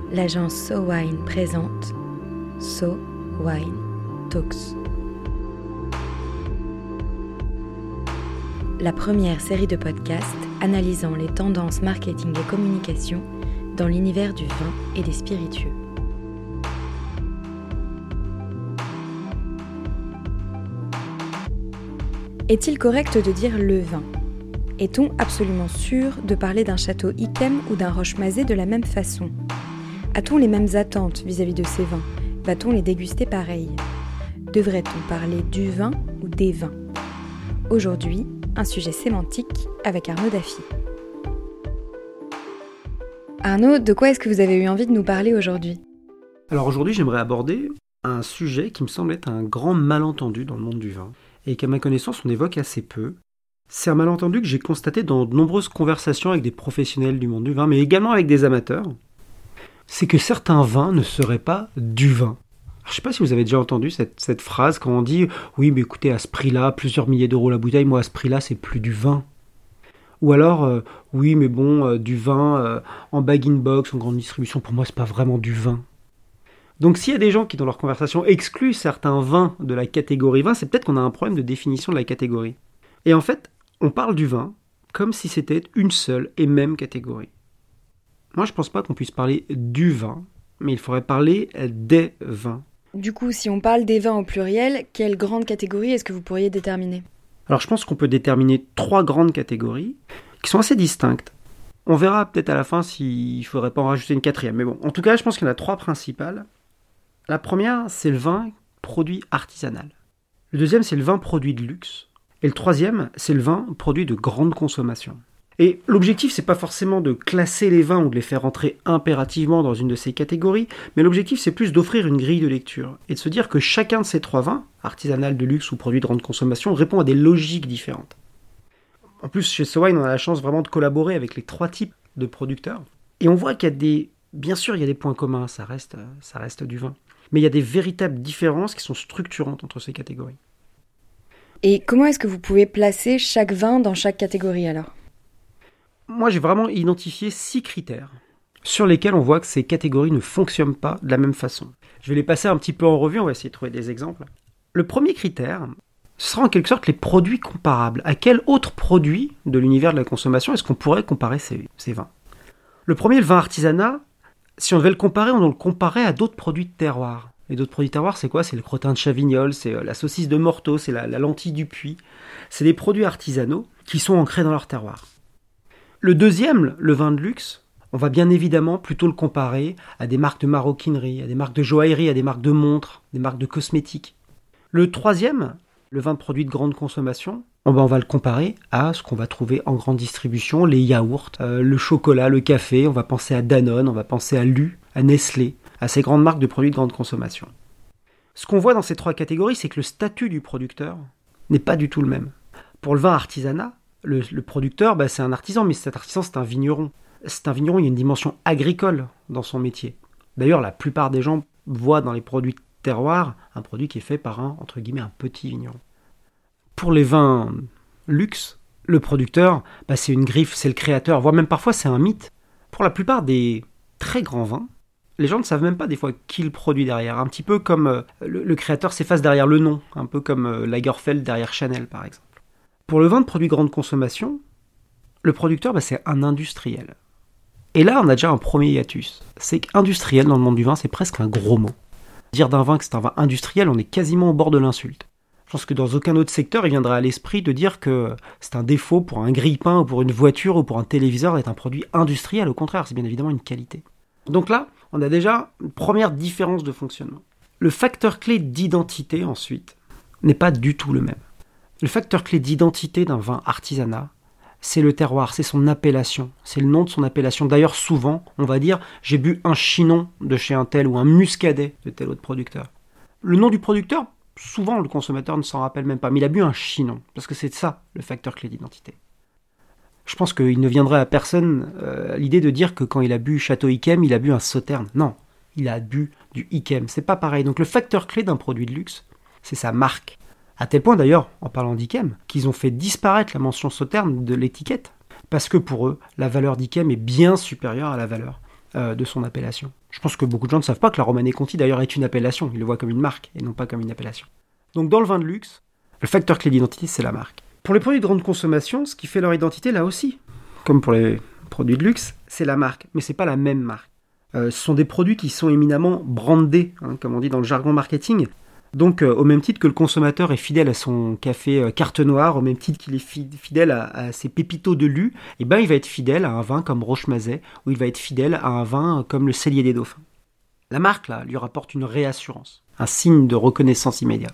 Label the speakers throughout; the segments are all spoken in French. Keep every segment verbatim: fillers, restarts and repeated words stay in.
Speaker 1: l'agence So Wine présente So Wine Talks. La première série de podcasts analysant les tendances marketing et communication dans l'univers du vin et des spiritueux. Est-il correct de dire le vin ? Est-on absolument sûr de parler d'un château Yquem ou d'un Roche-Mazet de la même façon ? A-t-on les mêmes attentes vis-à-vis de ces vins ? Va-t-on les déguster pareil ? Devrait-on parler du vin ou des vins ? Aujourd'hui, un sujet sémantique avec Arnaud Daffy. Arnaud, de quoi est-ce que vous avez eu envie de nous parler aujourd'hui ?
Speaker 2: Alors aujourd'hui, j'aimerais aborder un sujet qui me semble être un grand malentendu dans le monde du vin et qu'à ma connaissance, on évoque assez peu. C'est un malentendu que j'ai constaté dans de nombreuses conversations avec des professionnels du monde du vin, mais également avec des amateurs. C'est que certains vins ne seraient pas du vin. Alors, je ne sais pas si vous avez déjà entendu cette, cette phrase quand on dit « Oui, mais écoutez, à ce prix-là, plusieurs milliers d'euros la bouteille, moi à ce prix-là, c'est plus du vin. » Ou alors euh, « Oui, mais bon, euh, du vin euh, en bag-in-box, en grande distribution, pour moi, c'est pas vraiment du vin. » Donc s'il y a des gens qui, dans leur conversation, excluent certains vins de la catégorie vin, c'est peut-être qu'on a un problème de définition de la catégorie. Et en fait, on parle du vin comme si c'était une seule et même catégorie. Moi, je ne pense pas qu'on puisse parler du vin, mais il faudrait parler des vins.
Speaker 1: Du coup, si on parle des vins au pluriel, quelle grande catégorie est-ce que vous pourriez déterminer ?
Speaker 2: Alors, je pense qu'on peut déterminer trois grandes catégories qui sont assez distinctes. On verra peut-être à la fin s'il ne faudrait pas en rajouter une quatrième. Mais bon, en tout cas, je pense qu'il y en a trois principales. La première, c'est le vin produit artisanal. Le deuxième, c'est le vin produit de luxe. Et le troisième, c'est le vin produit de grande consommation. Et l'objectif, c'est pas forcément de classer les vins ou de les faire entrer impérativement dans une de ces catégories, mais l'objectif, c'est plus d'offrir une grille de lecture et de se dire que chacun de ces trois vins, artisanal, de luxe ou produit de grande consommation, répond à des logiques différentes. En plus, chez So Wine, on a la chance vraiment de collaborer avec les trois types de producteurs. Et on voit qu'il y a des... Bien sûr, il y a des points communs, ça reste, ça reste du vin. Mais il y a des véritables différences qui sont structurantes entre ces catégories.
Speaker 1: Et comment est-ce que vous pouvez placer chaque vin dans chaque catégorie alors ?
Speaker 2: Moi, j'ai vraiment identifié six critères sur lesquels on voit que ces catégories ne fonctionnent pas de la même façon. Je vais les passer un petit peu en revue, on va essayer de trouver des exemples. Le premier critère, ce sera en quelque sorte les produits comparables. À quel autre produit de l'univers de la consommation est-ce qu'on pourrait comparer ces, ces vins ? Le premier, le vin artisanat, si on devait le comparer, on le comparait à d'autres produits de terroir. Et d'autres produits de terroir, c'est quoi ? C'est le crottin de Chavignol, c'est la saucisse de Morteau, c'est la, la lentille du Puy. C'est des produits artisanaux qui sont ancrés dans leur terroir. Le deuxième, le vin de luxe, on va bien évidemment plutôt le comparer à des marques de maroquinerie, à des marques de joaillerie, à des marques de montres, des marques de cosmétiques. Le troisième, le vin de produit de grande consommation, on va, on va le comparer à ce qu'on va trouver en grande distribution, les yaourts, euh, le chocolat, le café, on va penser à Danone, on va penser à Lu, à Nestlé, à ces grandes marques de produits de grande consommation. Ce qu'on voit dans ces trois catégories, c'est que le statut du producteur n'est pas du tout le même. Pour le vin artisanat, le, le producteur, bah, c'est un artisan, mais cet artisan, c'est un vigneron. C'est un vigneron, il y a une dimension agricole dans son métier. D'ailleurs, la plupart des gens voient dans les produits de terroir un produit qui est fait par un, entre guillemets, un petit vigneron. Pour les vins luxe, le producteur, bah, c'est une griffe, c'est le créateur, voire même parfois c'est un mythe. Pour la plupart des très grands vins, les gens ne savent même pas des fois qui le produit derrière. Un petit peu comme euh, le, le créateur s'efface derrière le nom, un peu comme euh, Lagerfeld derrière Chanel par exemple. Pour le vin de produit grande consommation, le producteur, bah, c'est un industriel. Et là, on a déjà un premier hiatus. C'est qu'industriel dans le monde du vin, c'est presque un gros mot. Dire d'un vin que c'est un vin industriel, on est quasiment au bord de l'insulte. Je pense que dans aucun autre secteur, il viendrait à l'esprit de dire que c'est un défaut pour un grille-pain ou pour une voiture ou pour un téléviseur d'être un produit industriel. Au contraire, c'est bien évidemment une qualité. Donc là, on a déjà une première différence de fonctionnement. Le facteur clé d'identité, ensuite, n'est pas du tout le même. Le facteur clé d'identité d'un vin artisanat, c'est le terroir, c'est son appellation, c'est le nom de son appellation. D'ailleurs, souvent, on va dire « j'ai bu un chinon de chez un tel » ou un muscadet de tel autre producteur. Le nom du producteur, souvent le consommateur ne s'en rappelle même pas, mais il a bu un chinon, parce que c'est ça le facteur clé d'identité. Je pense qu'il ne viendrait à personne euh, l'idée de dire que quand il a bu Château Yquem, il a bu un Sauterne. Non, il a bu du Yquem, c'est pas pareil. Donc le facteur clé d'un produit de luxe, c'est sa marque. À tel point d'ailleurs, en parlant d'Yquem, qu'ils ont fait disparaître la mention Sauterne de l'étiquette. Parce que pour eux, la valeur d'Yquem est bien supérieure à la valeur euh, de son appellation. Je pense que beaucoup de gens ne savent pas que la Romanée Conti d'ailleurs est une appellation, ils le voient comme une marque et non pas comme une appellation. Donc dans le vin de luxe, le facteur clé d'identité, c'est la marque. Pour les produits de grande consommation, ce qui fait leur identité là aussi, comme pour les produits de luxe, c'est la marque, mais c'est pas la même marque. Euh, ce sont des produits qui sont éminemment brandés, hein, comme on dit dans le jargon marketing. Donc euh, au même titre que le consommateur est fidèle à son café euh, carte noire, au même titre qu'il est fi- fidèle à, à ses pépitos de lu, et ben il va être fidèle à un vin comme Roche-Mazet, ou il va être fidèle à un vin comme le Cellier des Dauphins. La marque là lui rapporte une réassurance, un signe de reconnaissance immédiat.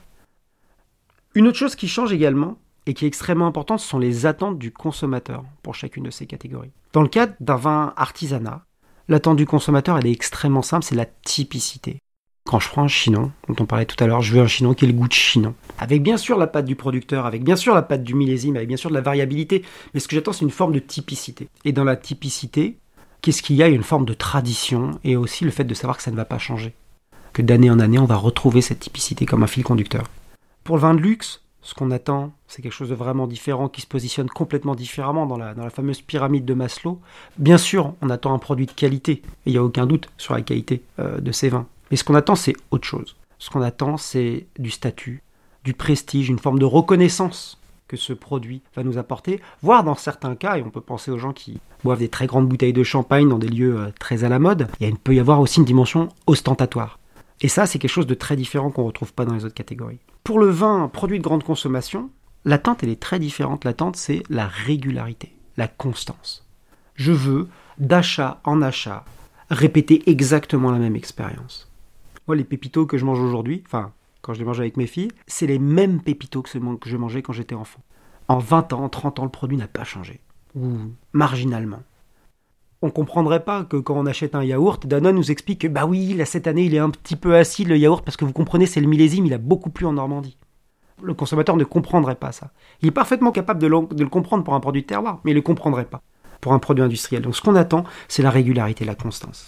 Speaker 2: Une autre chose qui change également, et qui est extrêmement importante, ce sont les attentes du consommateur pour chacune de ces catégories. Dans le cadre d'un vin artisanat, l'attente du consommateur, elle est extrêmement simple, c'est la typicité. Quand je prends un chinon, dont on parlait tout à l'heure, je veux un chinon qui ait le goût de chinon. Avec bien sûr la patte du producteur, avec bien sûr la patte du millésime, avec bien sûr de la variabilité, mais ce que j'attends, c'est une forme de typicité. Et dans la typicité, qu'est-ce qu'il y a ? Il y a une forme de tradition, et aussi le fait de savoir que ça ne va pas changer. Que d'année en année, on va retrouver cette typicité comme un fil conducteur. Pour le vin de luxe, ce qu'on attend, c'est quelque chose de vraiment différent, qui se positionne complètement différemment dans la, dans la fameuse pyramide de Maslow. Bien sûr, on attend un produit de qualité, et il n'y a aucun doute sur la qualité euh, de ces vins. Mais ce qu'on attend, c'est autre chose. Ce qu'on attend, c'est du statut, du prestige, une forme de reconnaissance que ce produit va nous apporter, voire dans certains cas, et on peut penser aux gens qui boivent des très grandes bouteilles de champagne dans des lieux euh, très à la mode, il peut y avoir aussi une dimension ostentatoire. Et ça, c'est quelque chose de très différent qu'on ne retrouve pas dans les autres catégories. Pour le vin produit de grande consommation, l'attente, elle est très différente. L'attente, c'est la régularité, la constance. Je veux, d'achat en achat, répéter exactement la même expérience. Moi, les pépitos que je mange aujourd'hui, enfin, quand je les mange avec mes filles, c'est les mêmes pépitos que je mangeais quand j'étais enfant. En vingt ans, trente ans, le produit n'a pas changé. Ou marginalement. On ne comprendrait pas que quand on achète un yaourt, Danone nous explique que bah oui, là, cette année, il est un petit peu acide le yaourt, parce que vous comprenez, c'est le millésime, il a beaucoup plu en Normandie. Le consommateur ne comprendrait pas ça. Il est parfaitement capable de le, de le comprendre pour un produit de terroir, mais il ne le comprendrait pas pour un produit industriel. Donc ce qu'on attend, c'est la régularité, la constance.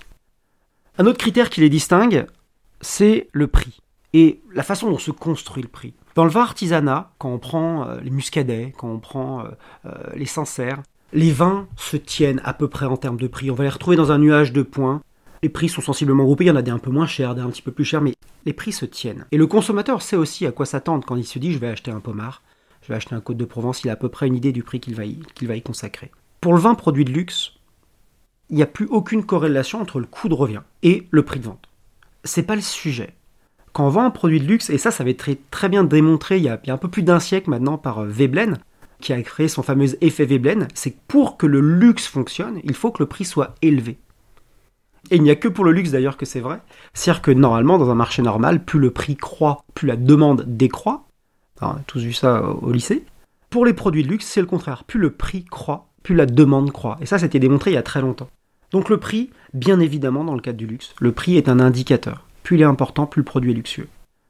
Speaker 2: Un autre critère qui les distingue, c'est le prix. Et la façon dont se construit le prix. Dans le vin artisanat, quand on prend euh, les muscadets, quand on prend euh, euh, les Sancerre, les vins se tiennent à peu près en termes de prix. On va les retrouver dans un nuage de points. Les prix sont sensiblement groupés. Il y en a des un peu moins chers, des un petit peu plus chers, mais les prix se tiennent. Et le consommateur sait aussi à quoi s'attendre quand il se dit « je vais acheter un pommard, je vais acheter un Côte de Provence », il a à peu près une idée du prix qu'il va y, qu'il va y consacrer. Pour le vin produit de luxe, il n'y a plus aucune corrélation entre le coût de revient et le prix de vente. C'est pas le sujet. Quand on vend un produit de luxe, et ça, ça va être très, très bien démontré il y, a, il y a un peu plus d'un siècle maintenant par Veblen, qui a créé son fameux effet Veblen, c'est que pour que le luxe fonctionne, il faut que le prix soit élevé. Et il n'y a que pour le luxe d'ailleurs que c'est vrai. C'est-à-dire que normalement, dans un marché normal, plus le prix croît, plus la demande décroît. Alors, on a tous vu ça au lycée. Pour les produits de luxe, c'est le contraire. Plus le prix croît, plus la demande croît. Et ça, c'était démontré il y a très longtemps. Donc le prix, bien évidemment, dans le cadre du luxe, le prix est un indicateur. Plus il est important, plus le produit est luxueux.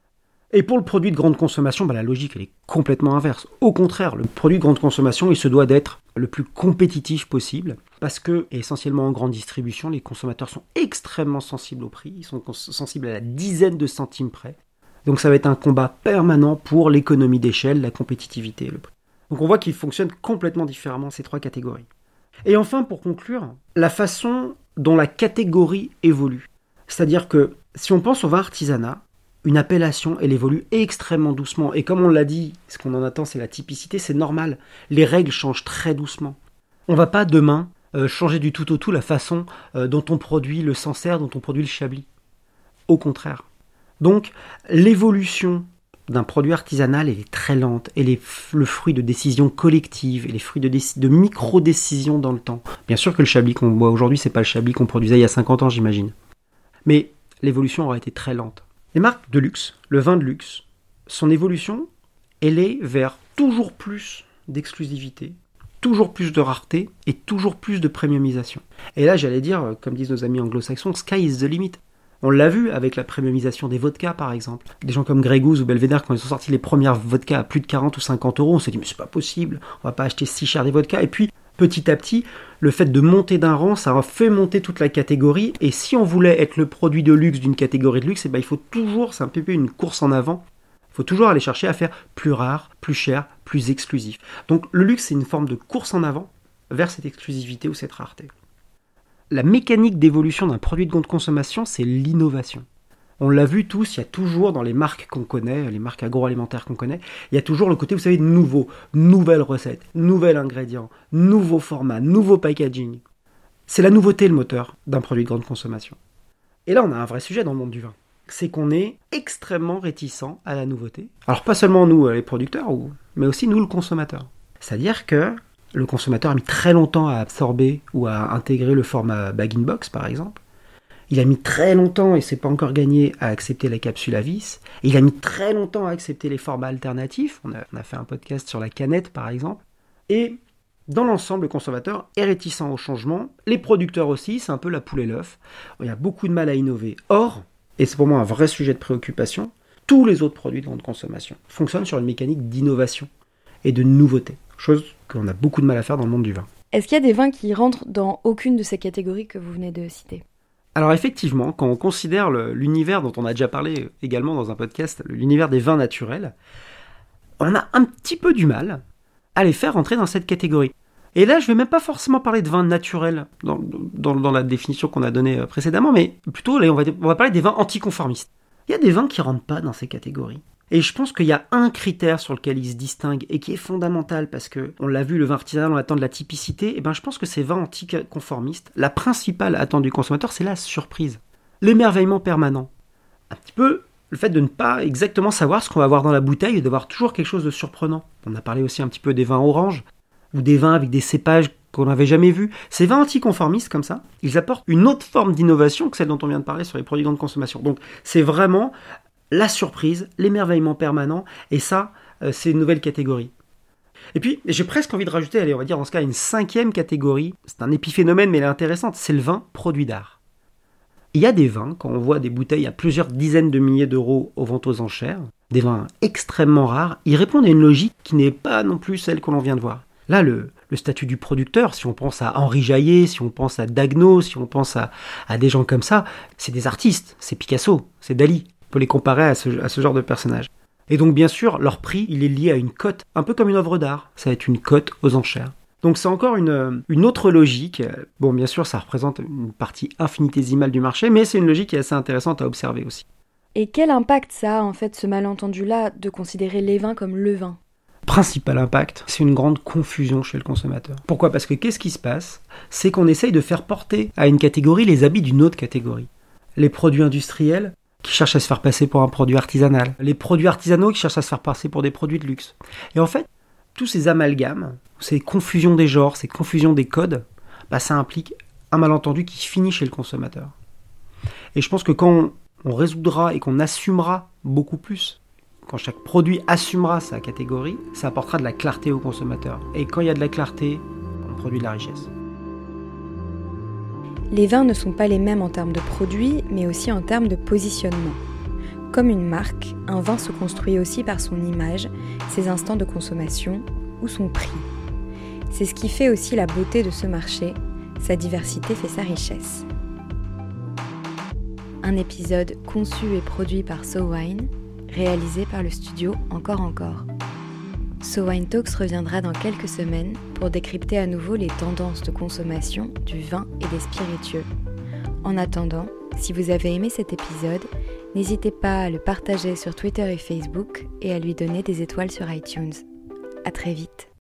Speaker 2: Et pour le produit de grande consommation, bah, la logique elle est complètement inverse. Au contraire, le produit de grande consommation, il se doit d'être le plus compétitif possible, parce que, et essentiellement en grande distribution, les consommateurs sont extrêmement sensibles au prix, ils sont sensibles à la dizaine de centimes près. Donc ça va être un combat permanent pour l'économie d'échelle, la compétitivité et le prix. Donc on voit qu'ils fonctionnent complètement différemment, ces trois catégories. Et enfin, pour conclure, la façon dont la catégorie évolue. C'est-à-dire que, si on pense au vin artisanat, une appellation, elle évolue extrêmement doucement. Et comme on l'a dit, ce qu'on en attend, c'est la typicité, c'est normal. Les règles changent très doucement. On ne va pas demain euh, changer du tout au tout la façon euh, dont on produit le Sancerre, dont on produit le Chablis. Au contraire. Donc, l'évolution d'un produit artisanal, elle est très lente. Elle est f- le fruit de décisions collectives, elle est fruit de, déc- de micro-décisions dans le temps. Bien sûr que le Chablis qu'on boit aujourd'hui, c'est pas le Chablis qu'on produisait il y a cinquante ans, j'imagine. Mais l'évolution aura été très lente. Les marques de luxe, le vin de luxe, son évolution, elle est vers toujours plus d'exclusivité, toujours plus de rareté et toujours plus de premiumisation. Et là, j'allais dire, comme disent nos amis anglo-saxons, sky is the limit. On l'a vu avec la premiumisation des vodkas, par exemple. Des gens comme Grey Goose ou Belvedere, quand ils sont sortis les premières vodkas à plus de quarante ou cinquante euros, on s'est dit, mais c'est pas possible, on va pas acheter si cher des vodkas. Et puis, petit à petit, le fait de monter d'un rang, ça a fait monter toute la catégorie. Et si on voulait être le produit de luxe d'une catégorie de luxe, eh ben, il faut toujours, c'est un peu une course en avant, il faut toujours aller chercher à faire plus rare, plus cher, plus exclusif. Donc le luxe, c'est une forme de course en avant vers cette exclusivité ou cette rareté. La mécanique d'évolution d'un produit de grande consommation, c'est l'innovation. On l'a vu tous, il y a toujours dans les marques qu'on connaît, les marques agroalimentaires qu'on connaît, il y a toujours le côté, vous savez, nouveau, nouvelle recette, nouvel ingrédient, nouveau format, nouveau packaging. C'est la nouveauté le moteur d'un produit de grande consommation. Et là, on a un vrai sujet dans le monde du vin. C'est qu'on est extrêmement réticent à la nouveauté. Alors pas seulement nous, les producteurs, mais aussi nous, le consommateur. C'est-à-dire que le consommateur a mis très longtemps à absorber ou à intégrer le format bag-in-box, par exemple. Il a mis très longtemps, et c'est pas encore gagné, à accepter la capsule à vis. Il a mis très longtemps à accepter les formats alternatifs. On a, on a fait un podcast sur la canette, par exemple. Et dans l'ensemble, le consommateur est réticent au changement. Les producteurs aussi, c'est un peu la poule et l'œuf. Il y a beaucoup de mal à innover. Or, et c'est pour moi un vrai sujet de préoccupation, tous les autres produits de grande consommation fonctionnent sur une mécanique d'innovation et de nouveauté. Chose qu'on a beaucoup de mal à faire dans le monde du vin.
Speaker 1: Est-ce qu'il y a des vins qui rentrent dans aucune de ces catégories que vous venez de citer ?
Speaker 2: Alors effectivement, quand on considère le, l'univers dont on a déjà parlé également dans un podcast, l'univers des vins naturels, on a un petit peu du mal à les faire rentrer dans cette catégorie. Et là, je ne vais même pas forcément parler de vins naturels dans, dans, dans la définition qu'on a donnée précédemment, mais plutôt, là, on va, on va parler des vins anticonformistes. Il y a des vins qui ne rentrent pas dans ces catégories. Et je pense qu'il y a un critère sur lequel ils se distinguent et qui est fondamental parce que, on l'a vu, le vin artisanal, on attend de la typicité. Et ben, je pense que ces vins anticonformistes, la principale attente du consommateur, c'est la surprise. L'émerveillement permanent. Un petit peu le fait de ne pas exactement savoir ce qu'on va avoir dans la bouteille et d'avoir toujours quelque chose de surprenant. On a parlé aussi un petit peu des vins oranges ou des vins avec des cépages qu'on n'avait jamais vus. Ces vins anticonformistes comme ça, ils apportent une autre forme d'innovation que celle dont on vient de parler sur les produits de grande consommation. Donc, c'est vraiment la surprise, l'émerveillement permanent, et ça, euh, c'est une nouvelle catégorie. Et puis, j'ai presque envie de rajouter, allez, on va dire dans ce cas, une cinquième catégorie, c'est un épiphénomène, mais elle est intéressante, c'est le vin produit d'art. Il y a des vins, quand on voit des bouteilles à plusieurs dizaines de milliers d'euros aux ventes aux enchères, des vins extrêmement rares, ils répondent à une logique qui n'est pas non plus celle que l'on vient de voir. Là, le, le statut du producteur, si on pense à Henri Jaillet, si on pense à Dagno, si on pense à, à des gens comme ça, c'est des artistes, c'est Picasso, c'est Dali. On peut les comparer à ce, à ce genre de personnages. Et donc bien sûr, leur prix, il est lié à une cote, un peu comme une œuvre d'art. Ça va être une cote aux enchères. Donc c'est encore une, une autre logique. Bon, bien sûr, ça représente une partie infinitésimale du marché, mais c'est une logique qui est assez intéressante à observer aussi.
Speaker 1: Et quel impact ça a, en fait, ce malentendu-là de considérer les vins comme le vin ?
Speaker 2: Principal impact, c'est une grande confusion chez le consommateur. Pourquoi ? Parce que qu'est-ce qui se passe ? C'est qu'on essaye de faire porter à une catégorie les habits d'une autre catégorie. Les produits industriels qui cherchent à se faire passer pour un produit artisanal. Les produits artisanaux qui cherchent à se faire passer pour des produits de luxe. Et en fait, tous ces amalgames, ces confusions des genres, ces confusions des codes, bah, ça implique un malentendu qui finit chez le consommateur. Et je pense que quand on, on résoudra et qu'on assumera beaucoup plus, quand chaque produit assumera sa catégorie, ça apportera de la clarté au consommateur. Et quand il y a de la clarté, on produit de la richesse.
Speaker 1: Les vins ne sont pas les mêmes en termes de produits, mais aussi en termes de positionnement. Comme une marque, un vin se construit aussi par son image, ses instants de consommation ou son prix. C'est ce qui fait aussi la beauté de ce marché, sa diversité fait sa richesse. Un épisode conçu et produit par SoWine, réalisé par le studio Encore Encore. SoWine Talks reviendra dans quelques semaines pour décrypter à nouveau les tendances de consommation du vin et des spiritueux. En attendant, si vous avez aimé cet épisode, n'hésitez pas à le partager sur Twitter et Facebook et à lui donner des étoiles sur iTunes. À très vite.